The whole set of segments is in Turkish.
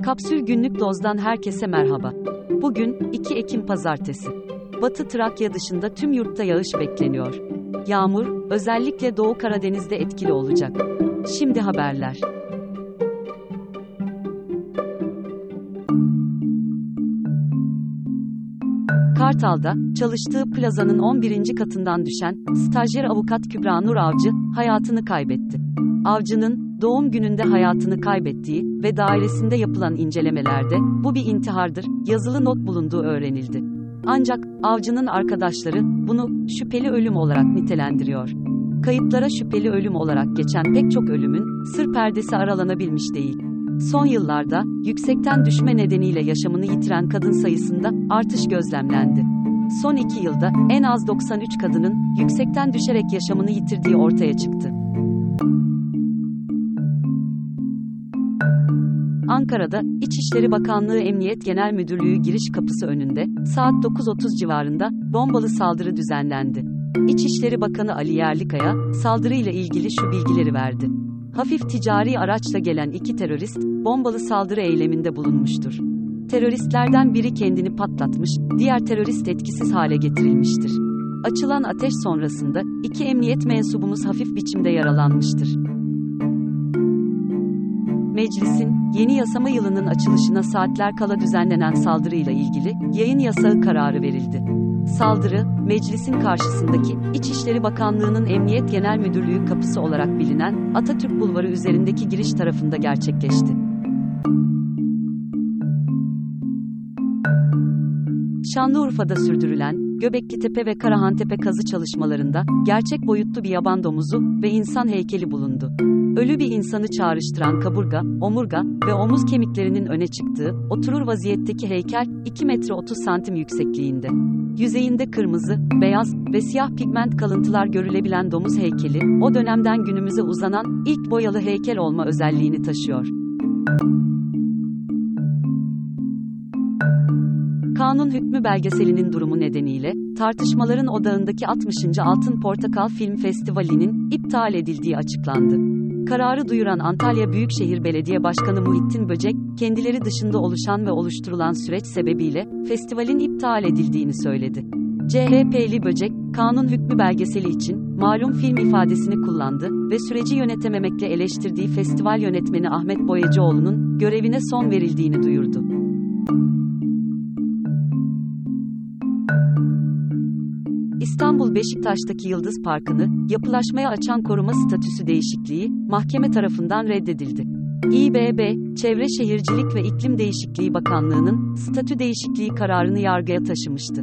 Kapsül Günlük Doz'dan herkese merhaba. Bugün 2 Ekim Pazartesi. Batı Trakya dışında tüm yurtta yağış bekleniyor. Yağmur, özellikle Doğu Karadeniz'de etkili olacak. Şimdi haberler. Kartal'da, çalıştığı plazanın 11. katından düşen, stajyer avukat Kübra Nur Avcı, hayatını kaybetti. Avcı'nın, doğum gününde hayatını kaybettiği ve dairesinde yapılan incelemelerde, bu bir intihardır, yazılı not bulunduğu öğrenildi. Ancak, Avcı'nın arkadaşları, bunu, şüpheli ölüm olarak nitelendiriyor. Kayıtlara şüpheli ölüm olarak geçen pek çok ölümün, sır perdesi aralanabilmiş değil. Son yıllarda, yüksekten düşme nedeniyle yaşamını yitiren kadın sayısında, artış gözlemlendi. Son 2 yılda, en az 93 kadının, yüksekten düşerek yaşamını yitirdiği ortaya çıktı. Ankara'da, İçişleri Bakanlığı Emniyet Genel Müdürlüğü giriş kapısı önünde, saat 9:30 civarında, bombalı saldırı düzenlendi. İçişleri Bakanı Ali Yerlikaya, saldırıyla ilgili şu bilgileri verdi. Hafif ticari araçla gelen 2 terörist, bombalı saldırı eyleminde bulunmuştur. Teröristlerden biri kendini patlatmış, diğer terörist etkisiz hale getirilmiştir. Açılan ateş sonrasında, 2 emniyet mensubumuz hafif biçimde yaralanmıştır. Meclisin, yeni yasama yılının açılışına saatler kala düzenlenen saldırıyla ilgili, yayın yasağı kararı verildi. Saldırı, meclisin karşısındaki, İçişleri Bakanlığı'nın Emniyet Genel Müdürlüğü kapısı olarak bilinen, Atatürk Bulvarı üzerindeki giriş tarafında gerçekleşti. Şanlıurfa'da sürdürülen, Göbeklitepe ve Karahantepe kazı çalışmalarında, gerçek boyutlu bir yaban domuzu ve insan heykeli bulundu. Ölü bir insanı çağrıştıran kaburga, omurga ve omuz kemiklerinin öne çıktığı, oturur vaziyetteki heykel, 2 metre 30 santim yüksekliğinde. Yüzeyinde kırmızı, beyaz ve siyah pigment kalıntılar görülebilen domuz heykeli, o dönemden günümüze uzanan, ilk boyalı heykel olma özelliğini taşıyor. Kanun hükmü belgeselinin durumu nedeniyle, tartışmaların odağındaki 60. Altın Portakal Film Festivali'nin, iptal edildiği açıklandı. Kararı duyuran Antalya Büyükşehir Belediye Başkanı Muhittin Böcek, kendileri dışında oluşan ve oluşturulan süreç sebebiyle, festivalin iptal edildiğini söyledi. CHP'li Böcek, kanun hükmü belgeseli için, malum film ifadesini kullandı ve süreci yönetememekle eleştirdiği festival yönetmeni Ahmet Boyacıoğlu'nun, görevine son verildiğini duyurdu. İstanbul Beşiktaş'taki Yıldız Parkı'nı, yapılaşmaya açan koruma statüsü değişikliği, mahkeme tarafından reddedildi. İBB, Çevre Şehircilik ve İklim Değişikliği Bakanlığı'nın, statü değişikliği kararını yargıya taşımıştı.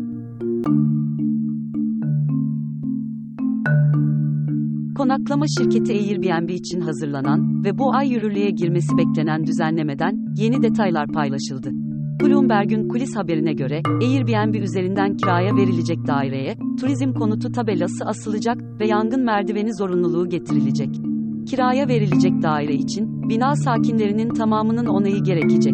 Konaklama şirketi Airbnb için hazırlanan ve bu ay yürürlüğe girmesi beklenen düzenlemeden, yeni detaylar paylaşıldı. Bloomberg'un kulis haberine göre, Airbnb üzerinden kiraya verilecek daireye, turizm konutu tabelası asılacak ve yangın merdiveni zorunluluğu getirilecek. Kiraya verilecek daire için, bina sakinlerinin tamamının onayı gerekecek.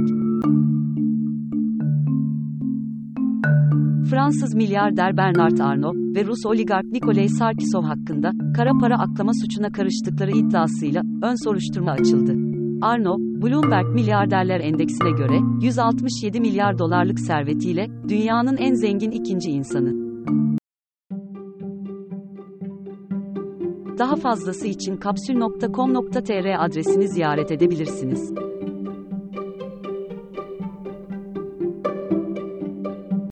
Fransız milyarder Bernard Arnault ve Rus oligark Nikolay Sarkisov hakkında, kara para aklama suçuna karıştıkları iddiasıyla, ön soruşturma açıldı. Arnault, Bloomberg Milyarderler Endeksine göre, 167 milyar dolarlık servetiyle, dünyanın en zengin 2. insanı. Daha fazlası için kapsül.com.tr adresini ziyaret edebilirsiniz.